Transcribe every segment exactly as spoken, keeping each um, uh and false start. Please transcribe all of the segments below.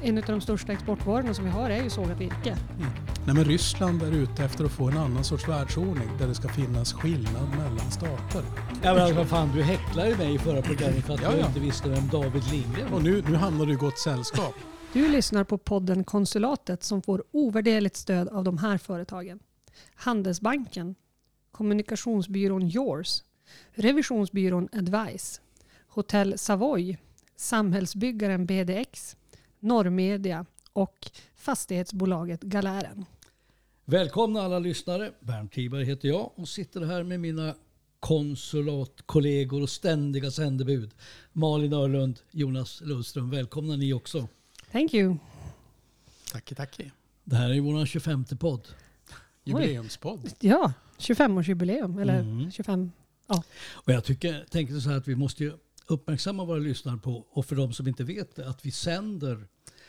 en av de största exportvarorna som vi har är ju sågat virke. Mm. Nej, men Ryssland är ute efter att få en annan sorts världsordning där det ska finnas skillnad mellan stater. Ja, men alltså, fan, du häcklade ju mig i förra programmet för att ja, du ja. inte visste vem David Lindgren var. Och nu, nu hamnar du i gott sällskap. Du lyssnar på podden Konsulatet som får ovärderligt stöd av de här företagen. Handelsbanken, kommunikationsbyrån Yours, revisionsbyrån Advice, Hotell Savoy, samhällsbyggaren B D X, Norrmedia och fastighetsbolaget Galären. Välkomna alla lyssnare. Bernt Tiberg heter jag och sitter här med mina konsulatkollegor och ständiga sändebud. Malin Örlund, Jonas Lundström. Välkomna ni också. Thank you. Tack, tack. Det här är vår tjugofemte podd. Jubileumspodd. Ja, tjugofem-årsjubileum. Eller Mm. tjugofem. Ja. Och jag tycker, tänkte så här att vi måste ju uppmärksamma våra lyssnare på, och för de som inte vet det, att vi sänder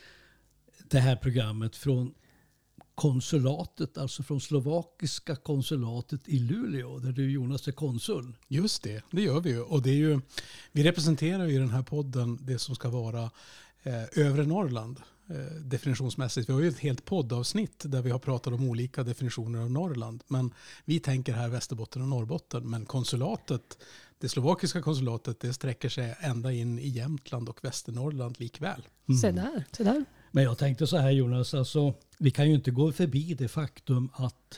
det här programmet från konsulatet, alltså från slovakiska konsulatet i Luleå, där du, Jonas, är konsul. Just det, det gör vi ju. Och det är ju, vi representerar ju i den här podden det som ska vara eh, övre Norrland eh, definitionsmässigt. Vi har ju ett helt poddavsnitt där vi har pratat om olika definitioner av Norrland. Men vi tänker här Västerbotten och Norrbotten. Men konsulatet, det slovakiska konsulatet, det sträcker sig ända in i Jämtland och Västernorrland likväl. Mm. Se där, se där. Men jag tänkte så här, Jonas, alltså, vi kan ju inte gå förbi det faktum att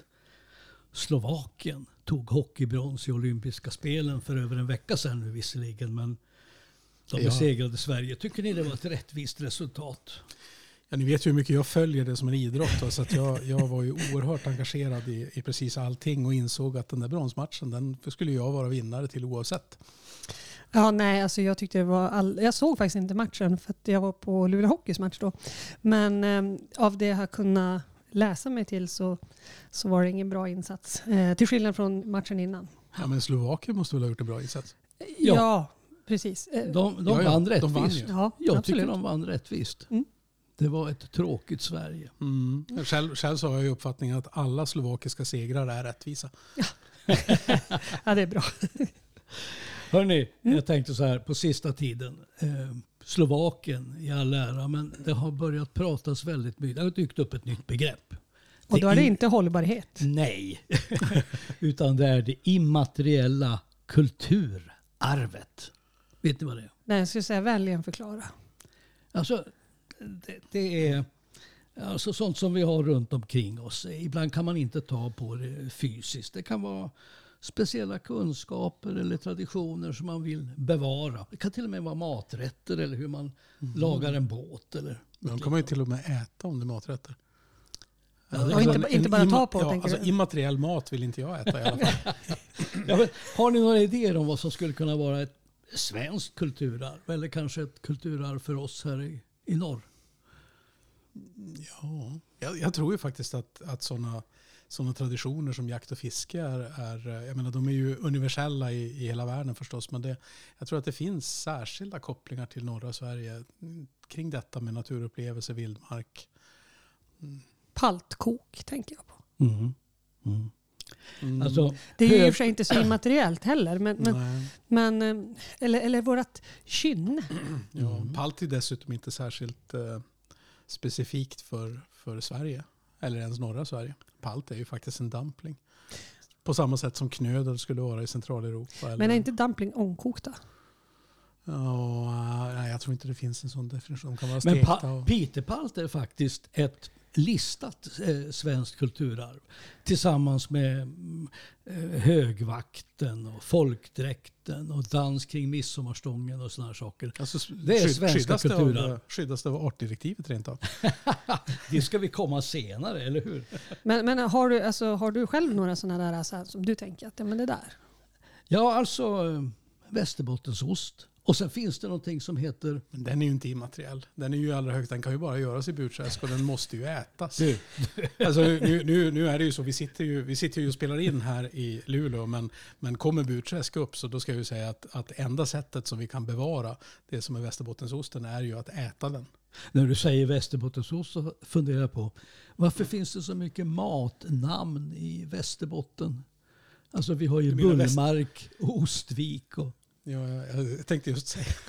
Slovakien tog hockeybrons i olympiska spelen för över en vecka sedan nu visserligen, men de Ja. besegrade Sverige. Tycker ni det var ett rättvist resultat? Ja, ni vet ju hur mycket jag följer det som en idrott. Då, så att jag, jag var ju oerhört engagerad i, i precis allting och insåg att den där bronsmatchen, den skulle jag vara vinnare till oavsett. Ja, nej, alltså jag tyckte det var all... Jag såg faktiskt inte matchen för att jag var på Luleå Hockeys match då. Men eh, av det jag har kunnat läsa mig till så, så var det ingen bra insats. Eh, till skillnad från matchen innan. Ja, men Slovakien måste väl ha gjort en bra insats. Ja, Ja. precis. Eh, De, de Ja, ja, vann de rättvist. vann ju. ja, Jag absolut. tycker de vann rättvist. Mm. Det var ett tråkigt Sverige. Mm. Själv, själv så har jag ju uppfattningen att alla slovakiska segrar är rättvisa. Ja, det är bra. Hörrni, Mm. jag tänkte så här på sista tiden. Eh, Slovakien i all ära, men det har börjat pratas väldigt mycket. Det har dykt upp ett nytt begrepp. Och då är det i- inte hållbarhet. Nej, utan det är det immateriella kulturarvet. Vet ni vad det är? Nej, jag skulle säga välja en förklara. Alltså, det, det är alltså sånt som vi har runt omkring oss. Ibland kan man inte ta på det fysiskt. Det kan vara speciella kunskaper eller traditioner som man vill bevara. Det kan till och med vara maträtter eller hur man lagar en båt. Eller Men de kan man ju till och med äta om det är maträtter. Ja, det- Och inte, en- inte en bara ta imma- på, ja, tänker alltså, du? immateriell mat vill inte jag äta i alla fall. Ja, men, har ni några idéer om vad som skulle kunna vara ett svenskt kulturarv? Eller kanske ett kulturarv för oss här i, i norr? Ja, jag, jag tror ju faktiskt att, att sådana såna traditioner som jakt och fiske är, är, jag menar, de är ju universella i, i hela världen förstås, men det, jag tror att det finns särskilda kopplingar till norra Sverige kring detta med naturupplevelser, vildmark. Paltkok tänker jag på. Mm. Mm. Mm. Alltså, Det är ju i hög- och för sig inte så immateriellt heller. Men, men, Nej. men, eh, eller, eller vårat kynne. Ja, Mm. palt är dessutom inte särskilt eh, specifikt för, för Sverige eller ens norra Sverige. Palt är ju faktiskt en dumpling. På samma sätt som knödel skulle vara i Centraleuropa. Eller, Men är inte dumpling ångkokta? Ja, nej, jag tror inte det finns en sån definition. De kan vara Men stekta. pa- Och, Pitepalt är faktiskt ett listat eh, svenskt kulturarv. Tillsammans med mm, eh, högvakten och folkdräkten och dans kring midsommarstången och sådana saker. alltså, det är svenska skyddas det kulturarv. av, skyddas det av artdirektivet rent av. Det ska vi komma senare, eller hur? Men, men har, du, alltså, har du själv några sådana där så här, som du tänker att ja, men det där? Ja, alltså eh, Västerbottensost. Och sen finns det någonting som heter... Men den är ju inte immateriell. Den är ju i allra högst, den kan ju bara göras i Burträsk och den måste ju ätas. Du, Alltså, nu, nu, nu är det ju så, vi sitter ju, vi sitter ju och spelar in här i Luleå, men, men kommer Burträsk upp så då ska jag ju säga att, att enda sättet som vi kan bevara det som är Västerbottensosten är ju att äta den. när du säger Västerbottensost så funderar jag på varför finns det så mycket matnamn i Västerbotten? Alltså vi har ju Du menar Väst- Bullmark och Ostvik och... Ja, jag, jag tänkte just säga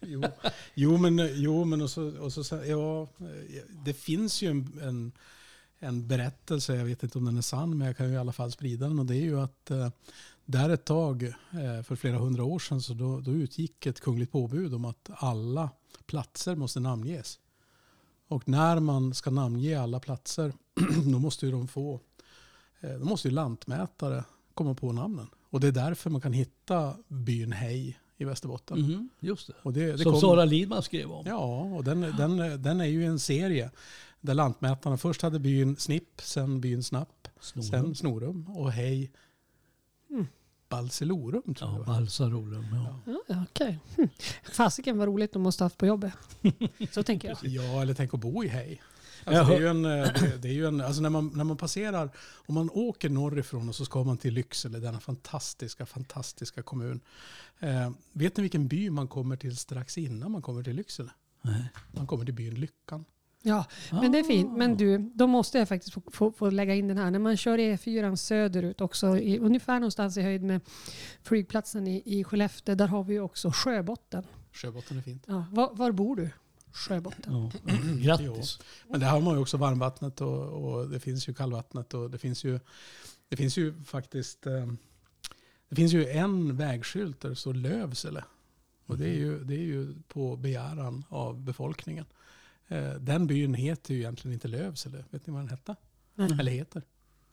jo, jo, men, jo, men och så, och så, ja, det finns ju en, en, en berättelse, jag vet inte om den är sann, men jag kan ju i alla fall sprida den. Och det är ju att eh, där ett tag, eh, för flera hundra år sedan, så då, då utgick ett kungligt påbud om att alla platser måste namnges. Och när man ska namnge alla platser, då måste ju de få, eh, då måste ju lantmätare komma på namnen. Och det är därför man kan hitta byn Hej i Västerbotten. Mm, just det. Och det, det Som kom, Sara Lidman skrev om. Ja, och den, den, den är ju en serie där lantmätarna först hade byn Snipp, sen byn Snapp, Snorum. sen Snorum och Hej Mm. Balselorum, tror Ja, jag. Balsarorum. Ja. Ja, ja, okej. Hm. Fasiken var roligt de måste ha haft på jobbet. Så tänker jag. Ja, eller tänk att bo i Hej. Alltså, det är ju en, det, det är ju en, alltså när, man, när man passerar, om man åker norrifrån och så ska man till Lycksele, denna fantastiska, fantastiska kommun. Eh, vet ni vilken by man kommer till strax innan man kommer till Lycksele? Nej. Man kommer till byn Lyckan. Ja, men det är fint. Men du, då måste jag faktiskt få, få, få lägga in den här. När man kör E fyra söderut också, i, ungefär någonstans i höjd med flygplatsen i, i Skellefteå, där har vi ju också Sjöbotten. Sjöbotten är fint. Ja, var, var bor du? Sjöbotten. Ja. Grattis. Men där har man ju också varmvattnet och, och det finns ju kallvattnet och det finns ju, det finns ju faktiskt eh, det finns ju en vägskylt där det står Lövsele. Och det är ju, det är ju på begäran av befolkningen. Eh, den byn heter ju egentligen inte Lövsele. Vet ni vad den heter? Nej. Eller heter?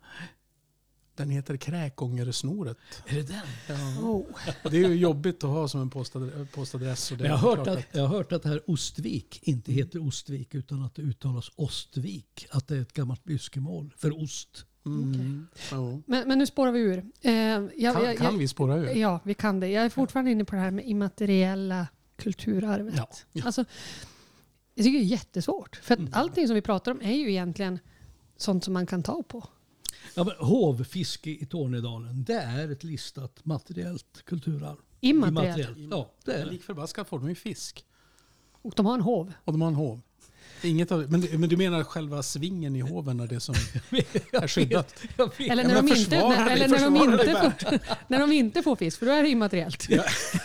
Den heter Kräkångeresnoret. Är det den? Ja. Oh. Och det är ju jobbigt att ha som en postad, postadress. Och det Jag, är har hört klart att, jag har hört att det här Ostvik inte heter Ostvik utan att det uttalas Ostvik. Att det är ett gammalt byskemål för ost. Mm. Ja. Men, men nu spårar vi ur. Eh, jag, Kan, jag, kan jag, vi spåra ur? Ja, vi kan det. Jag är fortfarande inne på det här med immateriella kulturarvet. Ja. Ja. Alltså, jag tycker det är jättesvårt. För att Mm. allting som vi pratar om är ju egentligen sånt som man kan ta på. Ja, men hovfiske i Tornedalen, det är ett listat materiellt kulturarv. Immateriellt. Ja, det är Men det. lik förbaskat får de ju fisk. Och de har en hov. Och de har en hov. Inget av, men, men du menar själva svingen i hoven när det är som är skyddat? Jag vet. Eller Ja, när, men de inte, försvara när, dig, eller när, de försvara dig, inte får, när de inte får fisk, för då är det immateriellt. Ja.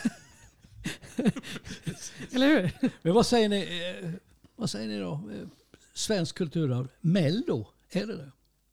Eller hur? Men vad säger ni, eh, vad säger ni då? Eh, Svensk kulturarv. Mello, är det det?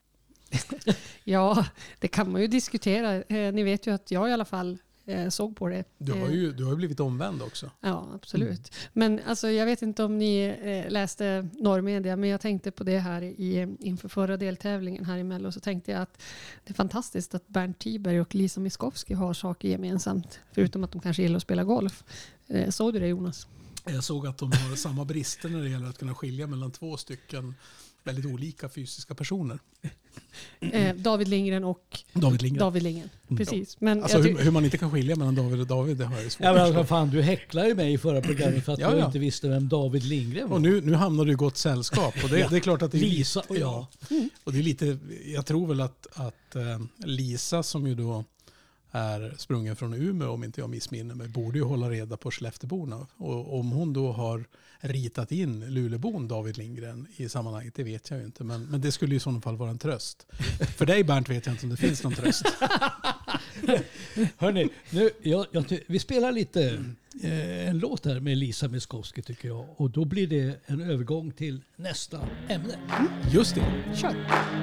Ja, det kan man ju diskutera. Eh, ni vet ju att jag i alla fall eh, såg på det. Du har ju du har ju blivit omvänd också. Ja, absolut. Men alltså, jag vet inte om ni eh, läste Norrmedia, men jag tänkte på det här i, inför förra deltävlingen här i Mello, så tänkte jag att det är fantastiskt att Bernt Tiberg och Lisa Miskovsky har saker gemensamt, förutom att de kanske gillar att spela golf. Eh, såg du det, Jonas? Jag såg att de har samma brister när det gäller att kunna skilja mellan två stycken väldigt olika fysiska personer. Eh, David Lindgren och David Lindgren. David Lindgren. Precis. Men Alltså jag hur, ty- hur man inte kan skilja mellan David och David, det har jag svårt Ja, men att alltså, förstå. fan, du häcklade ju mig i förra programmet för att Ja, du ja. inte visste vem David Lindgren var. Och nu, nu hamnar du i gott sällskap. Och det, det är klart att det är Lisa och jag. Ja. Och det är lite, jag tror väl att, att eh, Lisa, som ju då är sprungen från Umeå, om inte jag missminner mig, borde ju hålla reda på Skellefteåborna. Och om hon då har ritat in Luleåbon David Lindgren i sammanhanget, det vet jag ju inte. Men, men det skulle i sådana fall vara en tröst. För dig, Bernt, vet jag inte om det finns någon tröst. Hörrni, nu, jag, jag, ty- vi spelar lite eh, en låt här med Lisa Miskovsky tycker jag. Och då blir det en övergång till nästa ämne. Just det. Kör.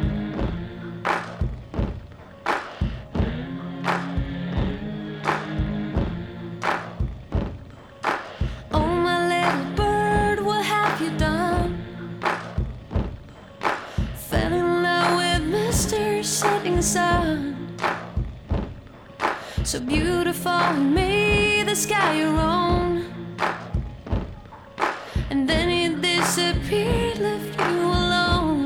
Oh, my little bird, what have you done? Fell in love with Mister Setting Sun. So beautiful, he made the sky your own. And then he disappeared, left you alone.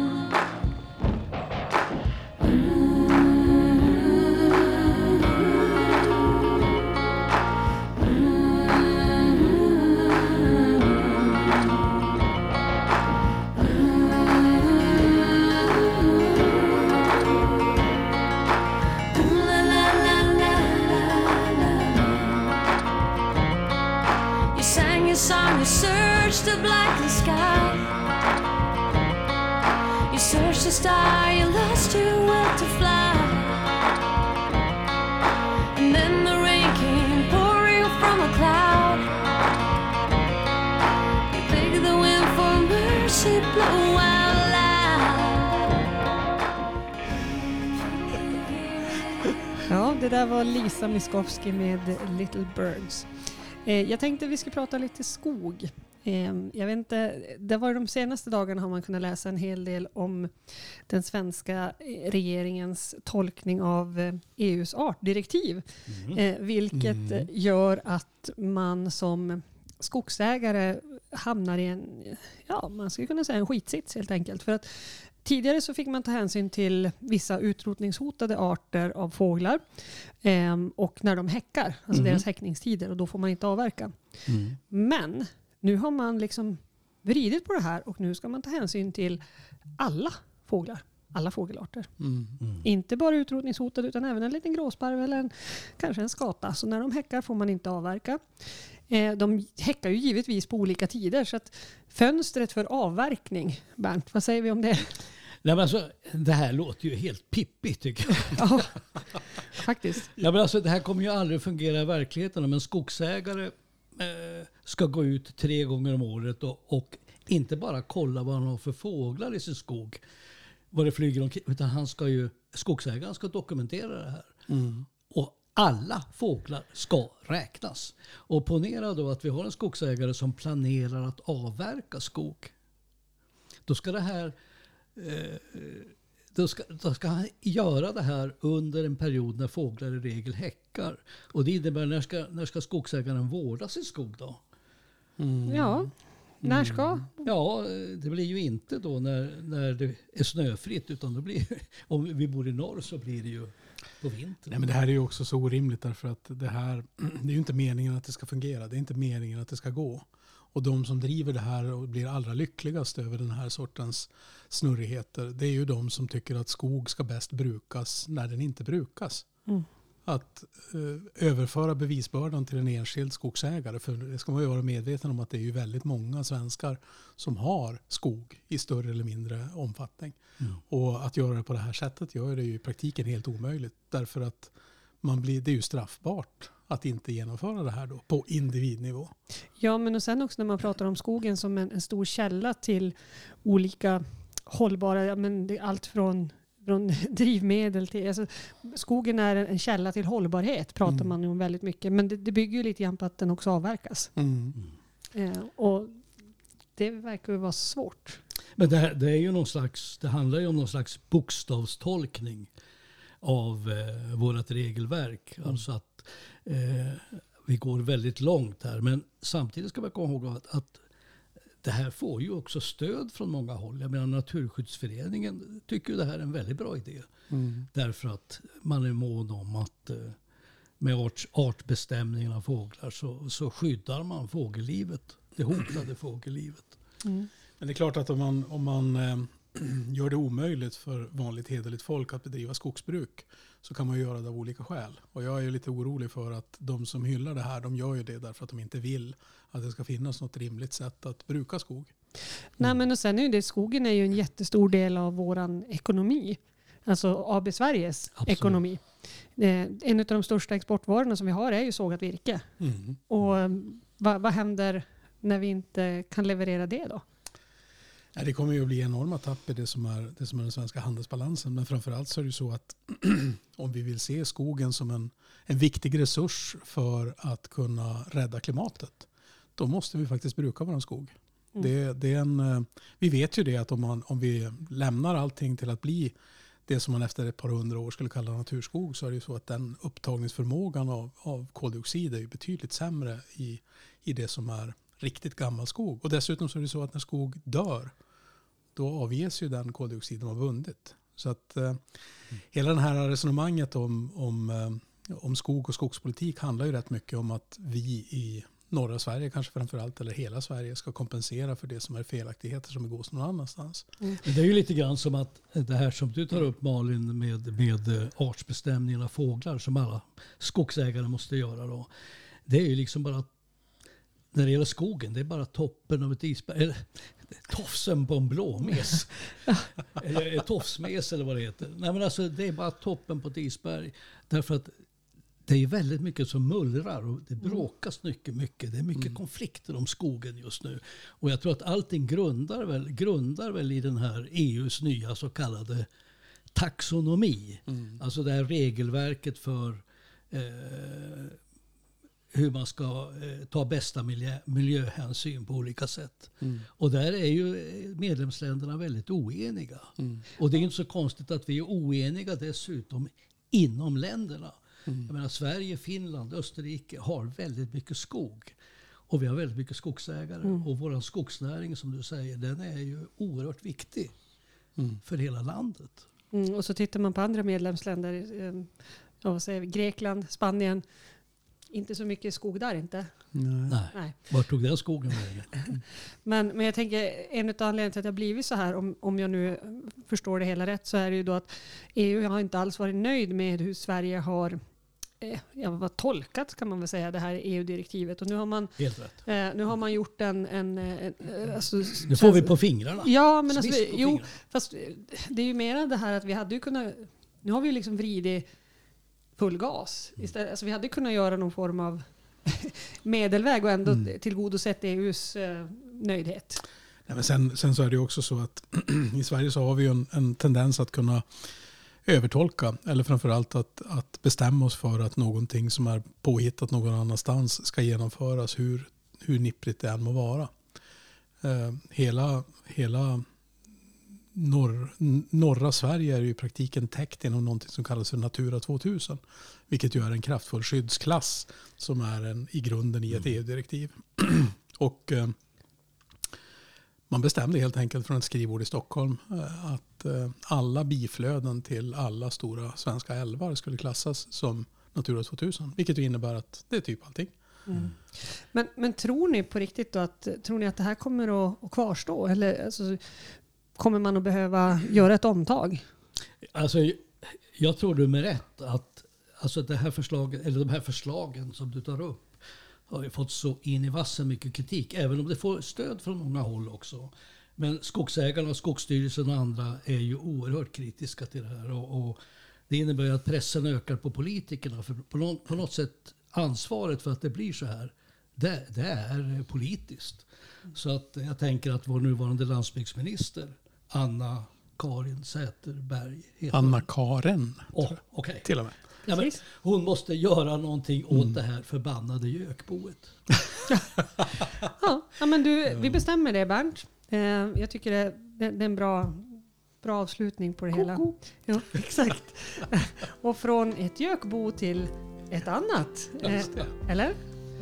You sang your song, you searched the blackened sky. You searched the star, you lost your will to fly. And then the rain came pouring from a cloud. det där var Lisa Miskovsky med Little Birds. Eh, jag tänkte vi ska prata lite skog. Eh, jag vet inte, det var de senaste dagarna har man kunnat läsa en hel del om den svenska regeringens tolkning av eh, E U:s artdirektiv. Mm. Eh, vilket Mm. gör att man som skogsägare hamnar i en, ja, man skulle kunna säga en skitsits helt enkelt. För att tidigare så fick man ta hänsyn till vissa utrotningshotade arter av fåglar eh, och när de häckar, alltså Mm. deras häckningstider, och då får man inte avverka. Mm. Men nu har man liksom vridit på det här och nu ska man ta hänsyn till alla fåglar, alla fågelarter. Mm. Mm. Inte bara utrotningshotade utan även en liten gråsparv eller en, kanske en skata. Så när de häckar får man inte avverka. Eh, de häckar ju givetvis på olika tider så att fönstret för avverkning, Bernt, vad säger vi om det? Nej, men alltså, det här låter ju helt pippigt tycker jag. Ja, faktiskt. Ja, men alltså, det här kommer ju aldrig fungera i verkligheten om en skogsägare eh, ska gå ut tre gånger om året och, och inte bara kolla vad han har för fåglar i sin skog, vad det flyger omkring, utan han ska ju, skogsägaren ska dokumentera det här. Mm. Och alla fåglar ska räknas. Och ponera då att vi har en skogsägare som planerar att avverka skog. Då ska det här eh, då ska, då ska han göra det här under en period när fåglar i regel häckar. Och det innebär när ska, när ska skogsägaren vårda sin skog då? Mm. Ja, när ska? Ja, det blir ju inte då när, när det är snöfritt, utan då blir, om vi bor i norr så blir det ju på vintern. Nej, men det här är ju också så orimligt därför att det här, det är ju inte meningen att det ska fungera. Det är inte meningen att det ska gå. Och de som driver det här och blir allra lyckligast över den här sortens snurrigheter, det är ju de som tycker att skog ska bäst brukas när den inte brukas. Mm. Att eh, överföra bevisbördan till en enskild skogsägare, för det ska man ju vara medveten om att det är ju väldigt många svenskar som har skog i större eller mindre omfattning. Mm. Och att göra det på det här sättet gör det ju i praktiken helt omöjligt, därför att man blir, det är ju straffbart att inte genomföra det här då på individnivå. Ja, men och sen också när man pratar om skogen som en, en stor källa till olika hållbara, ja, men det är allt från, från drivmedel till, alltså, skogen är en, en källa till hållbarhet pratar Mm. man ju om väldigt mycket, men det, det bygger ju lite grann på att den också avverkas. Mm. Eh, och det verkar ju vara svårt. Men det, här, det är ju någon slags, det handlar ju om någon slags bokstavstolkning av eh, vårt regelverk. Mm. Alltså att eh, vi går väldigt långt här. Men samtidigt ska man komma ihåg att, att det här får ju också stöd från många håll. Jag menar, Naturskyddsföreningen tycker ju det här är en väldigt bra idé. Mm. Därför att man är mån om att eh, med art, artbestämningen av fåglar så, så skyddar man fågellivet. Det hotade fågellivet. Mm. Men det är klart att om man, om man eh, gör det omöjligt för vanligt hederligt folk att bedriva skogsbruk, så kan man göra det av olika skäl. Och jag är lite orolig för att de som hyllar det här, de gör ju det därför att de inte vill att det ska finnas något rimligt sätt att bruka skog. Nej, men och sen är ju det, skogen är ju en jättestor del av våran ekonomi. Alltså A B Sveriges Absolut. ekonomi. Eh, en av de största exportvarorna som vi har är ju sågat virke. Mm. Och eh, vad, vad händer när vi inte kan leverera det då? Ja, det kommer ju att bli enorma tapp i det som är, det som är den svenska handelsbalansen. Men framförallt så är det ju så att om vi vill se skogen som en, en viktig resurs för att kunna rädda klimatet, då måste vi faktiskt bruka vår skog. Mm. Det, det är en, vi vet ju det att om, man, om vi lämnar allting till att bli det som man efter ett par hundra år skulle kalla naturskog, så är det ju så att den upptagningsförmågan av, av koldioxid är ju betydligt sämre i, i det som är riktigt gammal skog. Och dessutom så är det så att när skog dör, då avges ju den koldioxiden man vunnit. Så att eh, mm. hela det här resonemanget om, om, eh, om skog och skogspolitik handlar ju rätt mycket om att vi i norra Sverige kanske framförallt, eller hela Sverige, ska kompensera för det som är felaktigheter som begås någon annanstans. Mm. Det är ju lite grann som att det här som du tar upp, Malin, med, med artsbestämningen av fåglar som alla skogsägare måste göra då. Det är ju liksom bara, när det gäller skogen, det är bara toppen av ett isberg. Eller tofsen på en blåmes. Eller tofsmes eller vad det heter. Nej, men alltså, det är bara toppen på ett isberg. Därför att det är väldigt mycket som mullrar och det bråkas mycket, mycket. Det är mycket mm. konflikter om skogen just nu. Och jag tror att allting grundar väl, grundar väl i den här E U:s nya så kallade taxonomi. Mm. Alltså det här regelverket för eh, hur man ska eh, ta bästa miljö, miljöhänsyn på olika sätt. Mm. Och där är ju medlemsländerna väldigt oeniga. Mm. Och det är inte så konstigt att vi är oeniga dessutom inom länderna. Mm. Jag menar, Sverige, Finland, Österrike har väldigt mycket skog. Och vi har väldigt mycket skogsägare. Mm. Och vår skogsnäring, som du säger, den är ju oerhört viktig mm. för hela landet. Mm, och så tittar man på andra medlemsländer, eh, vad säger vi, Grekland, Spanien. Inte så mycket skog där inte. Nej. Nej. Nej. Var tog den skogen vägen? men, men jag tänker, en av anledningarna till att det har blivit så här, om, om jag nu förstår det hela rätt, så är det ju då att E U har inte alls varit nöjd med hur Sverige har eh, ja, vad tolkat, kan man väl säga, det här E U-direktivet. Och nu har man, Helt rätt. Eh, nu har man gjort en... en, en alltså, det får vi på fingrarna. Ja, men alltså, jo, fingrarna. Fast det är ju mer det här att vi hade ju kunnat... Nu har vi ju liksom vridit full gas. Istället, alltså vi hade kunnat göra någon form av medelväg och ändå mm. tillgodosett E U:s eh, nöjdhet. Ja, men sen, sen så är det också så att i Sverige så har vi ju en, en tendens att kunna övertolka, eller framförallt att, att bestämma oss för att någonting som är påhittat någon annanstans ska genomföras, hur, hur nipprigt det än må vara. Eh, hela hela norr, norra Sverige är ju i praktiken täckt inom någonting som kallas för Natura tvåtusen, vilket ju är en kraftfull skyddsklass som är en, i grunden i ett E U-direktiv. Och eh, man bestämde helt enkelt från ett skrivbord i Stockholm eh, att eh, alla biflöden till alla stora svenska älvar skulle klassas som Natura tvåtusen, vilket ju innebär att det är typ allting. Mm. Men, men tror ni på riktigt då att, tror ni att det här kommer att, att kvarstå? Eller alltså, kommer man att behöva göra ett omtag? Alltså, jag tror du med rätt att alltså det här förslaget, eller de här förslagen som du tar upp har ju fått så in i vassen mycket kritik, även om det får stöd från många håll också. Men skogsägarna, Skogsstyrelsen och andra är ju oerhört kritiska till det här. Och, och det innebär ju att pressen ökar på politikerna. För på något, på något sätt ansvaret för att det blir så här, det, det är politiskt. Så att jag tänker att vår nuvarande landsbygdsminister Anna-Karin Säterberg heter Anna-Karin. Oh, okay. Till och med. Ja, men hon måste göra någonting åt mm. det här förbannade gökboet. ja, ja, men du, vi bestämmer det, Bernt. Eh, jag tycker det, det, det är en bra, bra avslutning på det hela. Ja, exakt. Och från ett gökbo till ett annat. Eh, eller?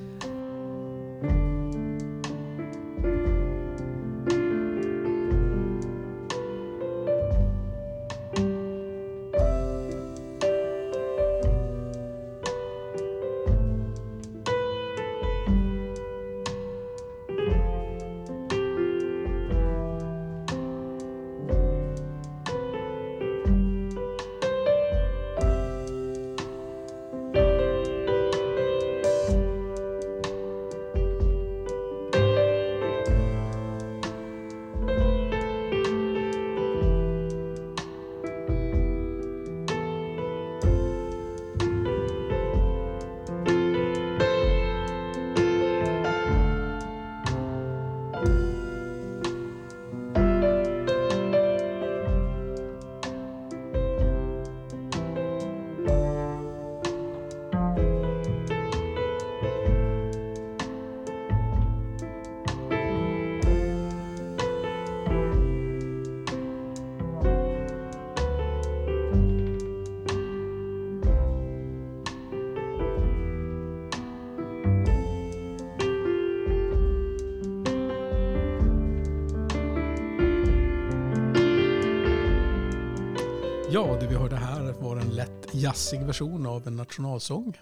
Ja, det vi hörde här var en lätt jazzig version av en nationalsång.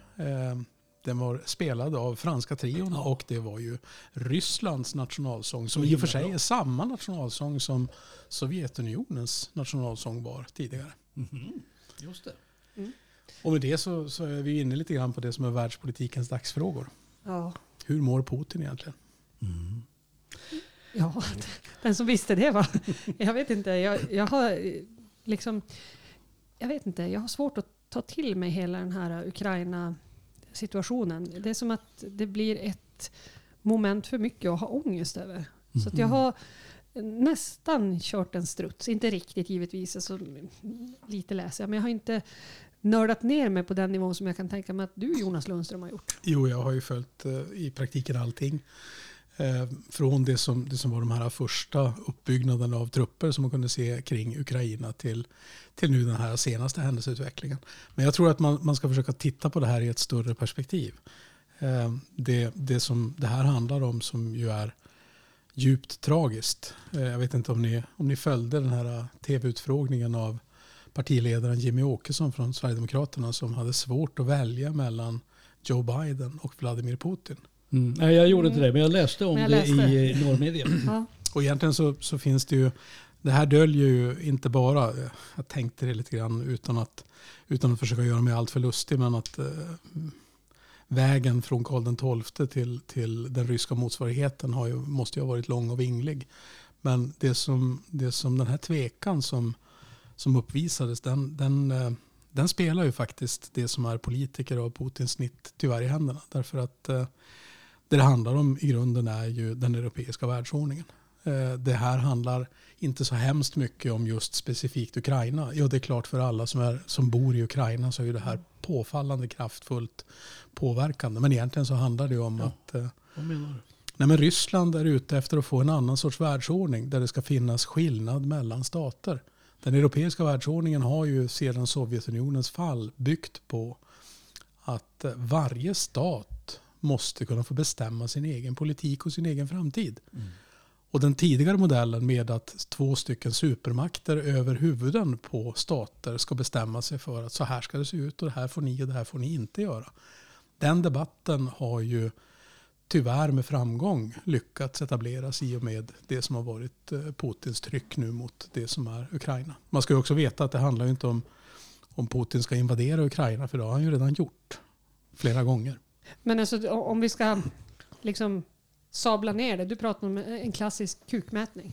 Den var spelad av franska trion ja. Och det var ju Rysslands nationalsång som i och för sig är samma nationalsång som Sovjetunionens nationalsång var tidigare. Mm-hmm. Just det. Mm. Och med det så, så är vi inne lite grann på det som är världspolitikens dagsfrågor. Ja. Hur mår Putin egentligen? Mm. Ja, den som visste det va? Jag vet inte, jag, jag har liksom, jag vet inte, jag har svårt att ta till mig hela den här Ukraina-situationen. Det är som att det blir ett moment för mycket att ha ångest över. Mm. Så att jag har nästan kört en struts, inte riktigt givetvis, alltså, lite läser jag, men jag har inte nördat ner mig på den nivån som jag kan tänka mig att du, Jonas Lundström, har gjort. Jo, jag har ju följt eh, i praktiken allting. Eh, från det som, det som var de här första uppbyggnaden av trupper som man kunde se kring Ukraina till, till nu den här senaste händelseutvecklingen. Men jag tror att man, man ska försöka titta på det här i ett större perspektiv. Eh, det, det som det här handlar om, som ju är djupt tragiskt. Eh, jag vet inte om ni, om ni följde den här tv-utfrågningen av partiledaren Jimmy Åkesson från Sverigedemokraterna, som hade svårt att välja mellan Joe Biden och Vladimir Putin. Mm. Nej, jag gjorde inte det, men jag läste om jag det läste. i Norrmedia. Ja. Och egentligen så, så finns det ju, det här döljer ju inte bara, jag tänkte det lite grann utan att, utan att försöka göra mig allt för lustig, men att eh, vägen från Karl den tolfte till, till den ryska motsvarigheten har ju, måste ju ha varit lång och vinglig. Men det som, det som den här tvekan som, som uppvisades, den, den, eh, den spelar ju faktiskt det som är politiker av Putins snitt tyvärr i händerna. Därför att eh, det det handlar om i grunden är ju den europeiska världsordningen. Det här handlar inte så hemskt mycket om just specifikt Ukraina. Jo, det är klart, för alla som, är, som bor i Ukraina så är det här påfallande kraftfullt påverkande. Men egentligen så handlar det om ja. att Vad menar du? nej, men Ryssland är ute efter att få en annan sorts världsordning där det ska finnas skillnad mellan stater. Den europeiska världsordningen har ju sedan Sovjetunionens fall byggt på att varje stat måste kunna få bestämma sin egen politik och sin egen framtid. Mm. Och den tidigare modellen med att två stycken supermakter över huvuden på stater ska bestämma sig för att så här ska det se ut och det här får ni och det här får ni inte göra. Den debatten har ju tyvärr med framgång lyckats etableras i och med det som har varit Putins tryck nu mot det som är Ukraina. Man ska ju också veta att det handlar ju inte om om Putin ska invadera Ukraina, för det har han ju redan gjort flera gånger. Men alltså, om vi ska liksom sabla ner det. Du pratar om en klassisk kukmätning.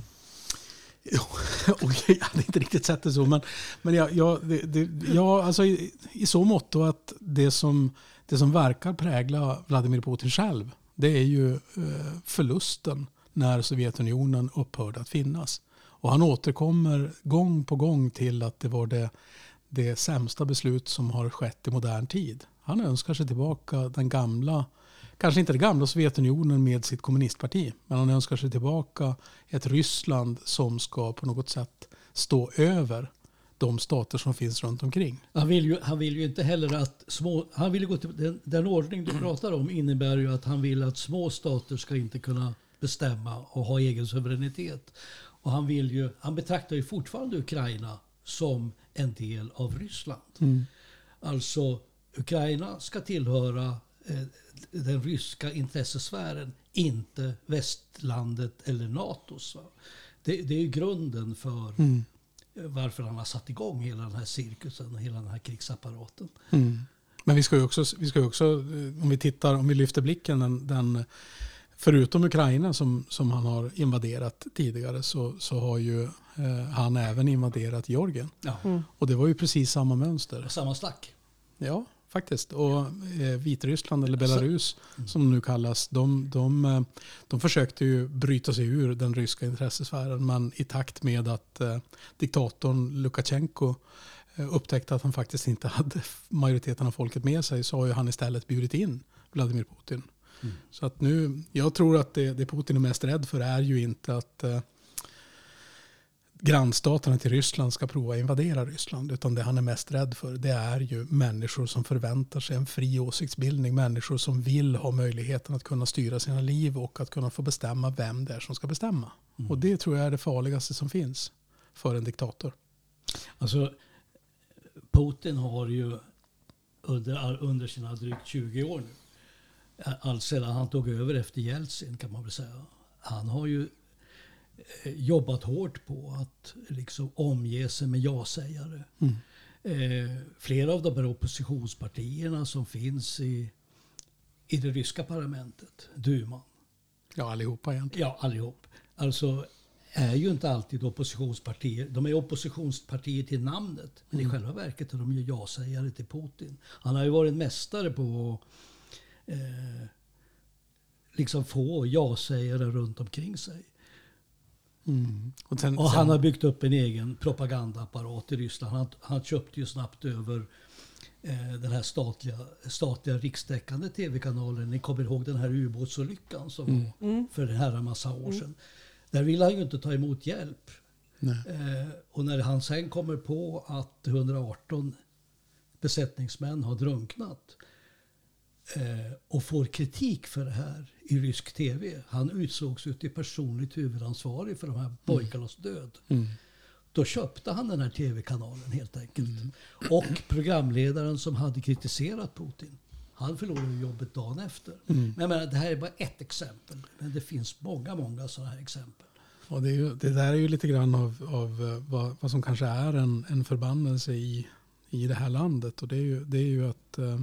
Jo, okej, jag hade inte riktigt sett det så. Men, men jag, jag, det, det, jag, alltså i, i så mått att det som, det som verkar prägla Vladimir Putin själv, det är ju eh, förlusten när Sovjetunionen upphörde att finnas. Och han återkommer gång på gång till att det var det, det sämsta beslut som har skett i modern tid. Han önskar sig tillbaka den gamla, kanske inte det gamla Sovjetunionen med sitt kommunistparti, men han önskar sig tillbaka ett Ryssland som ska på något sätt stå över de stater som finns runt omkring. Han vill ju, han vill ju inte heller att små, han vill gå till den, den ordning du pratar om innebär ju att han vill att små stater ska inte kunna bestämma och ha egen suveränitet. Och han vill ju, han betraktar ju fortfarande Ukraina som en del av Ryssland. Mm. Alltså Ukraina ska tillhöra eh, den ryska intressesfären, inte västlandet eller NATOs. Va? Det, det är ju grunden för mm. varför han har satt igång hela den här cirkusen och hela den här krigsapparaten. Mm. Men vi ska ju också, vi ska ju också, om vi tittar, om vi lyfter blicken, den, den, förutom Ukraina som, som han har invaderat tidigare, så, så har ju eh, han även invaderat Georgien. Ja. Mm. Och det var ju precis samma mönster. Och samma slack. Ja, faktiskt. Och eh, Vitryssland eller Belarus mm. som nu kallas, de, de, de försökte ju bryta sig ur den ryska intressesfären, men i takt med att eh, diktatorn Lukasjenko eh, upptäckte att han faktiskt inte hade majoriteten av folket med sig, så har ju han istället bjudit in Vladimir Putin. Mm. Så att nu, jag tror att det, det Putin är mest rädd för är ju inte att eh, grannstaterna till Ryssland ska prova invadera Ryssland, utan det han är mest rädd för, det är ju människor som förväntar sig en fri åsiktsbildning, människor som vill ha möjligheten att kunna styra sina liv och att kunna få bestämma vem det är som ska bestämma. Mm. Och det tror jag är det farligaste som finns för en diktator. Alltså Putin har ju under, under sina drygt tjugo år nu, alltså sedan han tog över efter Jeltsin kan man väl säga, han har ju jobbat hårt på att liksom omge sig med ja-sägare. Mm. Eh, flera av de här oppositionspartierna som finns i, i det ryska parlamentet, Duman. Ja, allihopa egentligen. Ja, allihop. Alltså är ju inte alltid oppositionspartier. De är oppositionspartier till namnet, men mm. i själva verket är de ju ja-sägare till Putin. Han har ju varit mästare på eh, liksom få ja-sägare runt omkring sig. Mm. Och, sen, och han sen, har byggt upp en egen propagandaapparat i Ryssland. Han, han köpte ju snabbt över eh, den här statliga, statliga rikstäckande tv-kanalen. Ni kommer ihåg den här ubåtsolyckan som Mm. var Mm. för en herra massa år sedan. Där ville han ju inte ta emot hjälp. Nej. Eh, och när han sen kommer på att hundraarton besättningsmän har drunknat eh, och får kritik för det här i rysk tv. Han utsågs ut till personligt huvudansvarig för de här pojkarnas död. Mm. Då köpte han den här tv-kanalen helt enkelt. Och programledaren som hade kritiserat Putin, han förlorade ju jobbet dagen efter. Mm. Men jag menar, det här är bara ett exempel. Men det finns många, många sådana här exempel. Och det, är ju, det där är ju lite grann av, av eh, vad, vad som kanske är en, en förbannelse i, i det här landet. Och det är ju, det är ju att eh,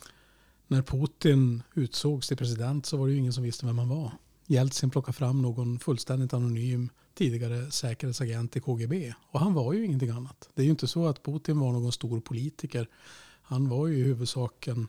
när Putin utsågs till president så var det ju ingen som visste vem han var. Jeltsin plockade fram någon fullständigt anonym tidigare säkerhetsagent i K G B. Och han var ju ingenting annat. Det är ju inte så att Putin var någon stor politiker. Han var ju i huvudsak en,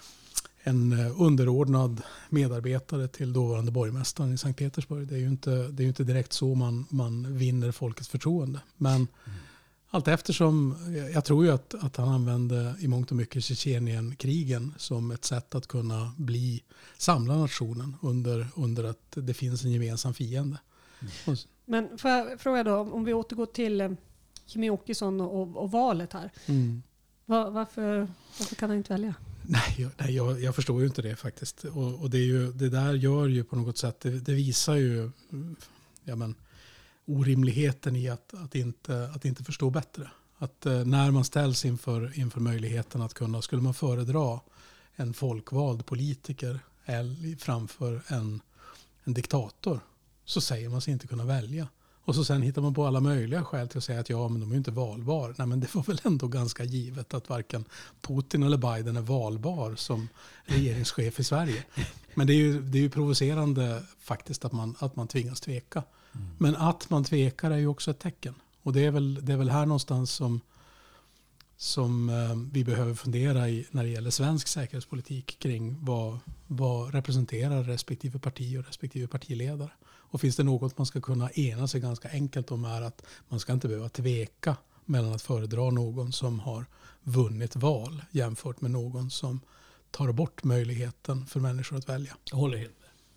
en underordnad medarbetare till dåvarande borgmästaren i Sankt Petersburg. Det är ju inte, det är ju inte direkt så man, man vinner folkets förtroende. Men mm. allt eftersom, jag tror ju att, att han använde i mångt och mycket Tjetjenien-krigen som ett sätt att kunna bli, samla nationen under, under att det finns en gemensam fiende. Mm. Men får jag fråga då, om vi återgår till eh, Jimmie Åkesson och, och valet här. Mm. Var, varför, varför kan han inte välja? Nej, jag, nej jag, jag förstår ju inte det faktiskt. Och, och det, är ju, det där gör ju på något sätt, det, det visar ju ja men, orimligheten i att, att, inte, att inte förstå bättre. Att eh, när man ställs inför, inför möjligheten att kunna, skulle man föredra en folkvald politiker eller framför en, en diktator, så säger man sig inte kunna välja. Och så sen hittar man på alla möjliga skäl till att säga att ja, men de är ju inte valbar. Nej, men det var väl ändå ganska givet att varken Putin eller Biden är valbar som regeringschef i Sverige. Men det är ju, det är ju provocerande faktiskt att man, att man tvingas tveka. Mm. Men att man tvekar är ju också ett tecken. Och det är väl, det är väl här någonstans som, som eh, vi behöver fundera i när det gäller svensk säkerhetspolitik kring vad, vad representerar respektive parti och respektive partiledare. Och finns det något man ska kunna ena sig ganska enkelt om är att man ska inte behöva tveka mellan att föredra någon som har vunnit val jämfört med någon som tar bort möjligheten för människor att välja. Jag håller helt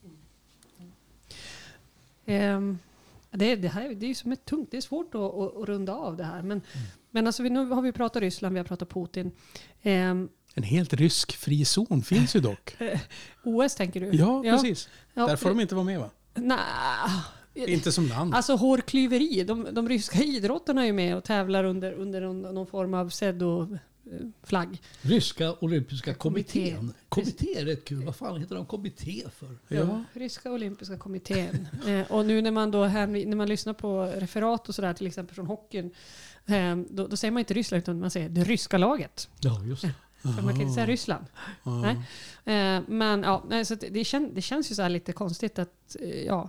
med. Um, det, det här det är ju som ett tungt, det är svårt att, att, att runda av det här. Men, mm. men alltså, vi, nu har vi pratat Ryssland, vi har pratat Putin. Um, en helt rysk fri zon finns ju dock. O S tänker du? Ja, ja. precis. Ja, där får de inte vara med va? Nej. Inte som land. Alltså hårklyveri. De, de ryska idrottarna är ju med och tävlar under, under någon, någon form av pseudo-flagg. Ryska olympiska kommittén. Kommitté är rätt kul. Vad fan heter de kommitté för? Ja, ja. Ryska olympiska kommittén. eh, och nu när man, då här, när man lyssnar på referat och sådär, till exempel från hockeyn, eh, då, då säger man inte Ryssland utan man säger det ryska laget. Ja, just det. För man kan inte säga Ryssland. Mm. Nej. Eh, men ja, nej, så det, kän, det känns ju så här lite konstigt att eh, ja,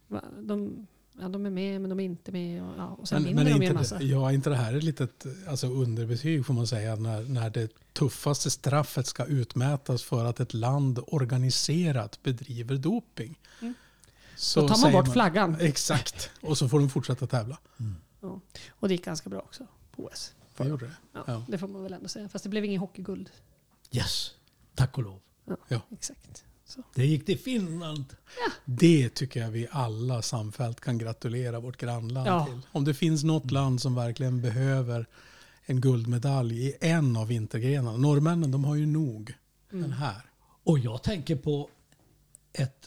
de, ja, de är med men de är inte med. Och, ja, och sen men, vinner men de ju en inte, massa. ja, inte det här är ett litet alltså underbetyg får man säga när, när det tuffaste straffet ska utmätas för att ett land organiserat bedriver doping. Mm. Så då tar man bort man, flaggan. Exakt. Och så får de fortsätta tävla. Mm. Ja. Och det gick ganska bra också på O S. Det gjorde det. Ja, ja. Det får man väl ändå säga. Fast det blev ingen hockeyguld. Yes, tack och lov. Ja, ja. exakt. Så. Det gick till Finland. Ja. Det tycker jag vi alla samfällt kan gratulera vårt grannland ja. till. Om det finns något land som verkligen behöver en guldmedalj i en av vintergrenarna. Norrmännen, de har ju nog mm. den här. Och jag tänker på ett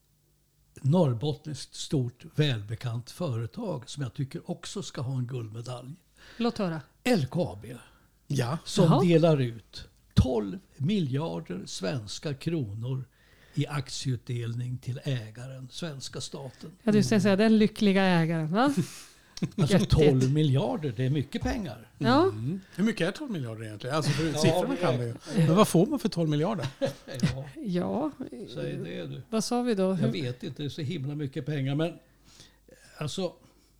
norrbottniskt stort välbekant företag som jag tycker också ska ha en guldmedalj. Låt höra. L K A B. Ja. Som Jaha. delar ut tolv miljarder svenska kronor i aktieutdelning till ägaren, svenska staten. Ja, du ska säga den lyckliga ägaren, va? Alltså tolv miljarder, det är mycket pengar. Ja. Mm. Hur mycket är tolv miljarder egentligen? Alltså för siffrorna kan vi ju. Men vad får man för tolv miljarder? Ja, ja. säg det du. Vad sa vi då? Jag Hur? vet inte, det är så himla mycket pengar. Men alltså,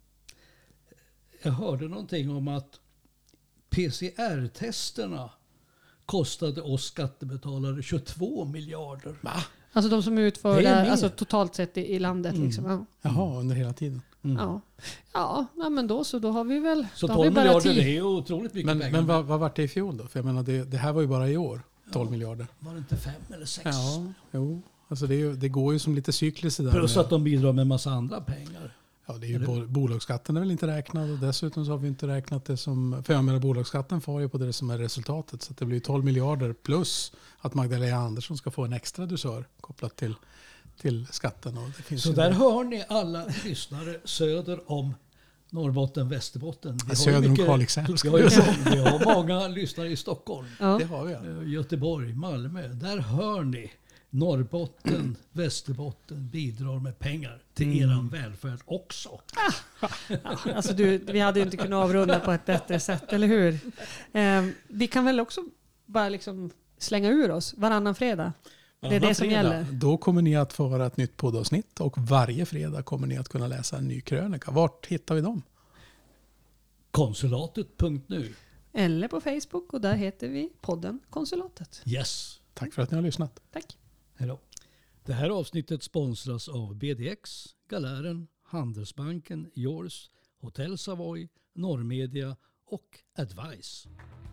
jag hörde någonting om att P C R-testerna kostade oss skattebetalare tjugotvå miljarder. Va? Alltså de som utför Det det är här, mer. alltså totalt sett i, i landet. Mm. Liksom. Ja. Jaha, under hela tiden. Mm. Ja. Ja, ja, men då så. Då har vi väl... Så då har vi tolv bara miljarder tio. det är ju otroligt mycket Men, pengar. men vad, vad var det i fjol då? För jag menar, det, det här var ju bara i år, tolv Ja. miljarder. Var det inte fem eller sex? Ja, jo. Alltså det, är ju, det går ju som lite cykliskt det där. Plus med- att de bidrar med massa andra pengar. Ja, det är ju Eller- bo- bolagsskatten är väl inte räknad och dessutom så har vi inte räknat det som, för jag menar bolagsskatten får ju på det som är resultatet, så att det blir tolv miljarder plus att Magdalena Andersson ska få en extra dusör kopplat till, till skatten. Och det finns Så ju där det. hör ni alla lyssnare söder om Norrbotten, Västerbotten. Vi har ju Söder om mycket- Kalixälv Vi ska har, ju, vi säga. vi har många lyssnare i Stockholm, Ja. Det har vi. Ja. eh, Göteborg, Malmö. Där hör ni Norrbotten, Västerbotten bidrar med pengar till Mm. eran välfärd också. Ja, alltså du, vi hade ju inte kunnat avrunda på ett bättre sätt, eller hur? Eh, vi kan väl också bara liksom slänga ur oss varannan fredag. Det är det Varannan som fredag, gäller. Då kommer ni att få höra ett nytt poddavsnitt och varje fredag kommer ni att kunna läsa en ny krönika. Vart hittar vi dem? Konsulatet punkt nu. Eller på Facebook och där heter vi podden Konsulatet. Yes. Tack för att ni har lyssnat. Tack. Hej då. Det här avsnittet sponsras av B D X, Galären, Handelsbanken, Yours, Hotel Savoy, Norrmedia och Advice.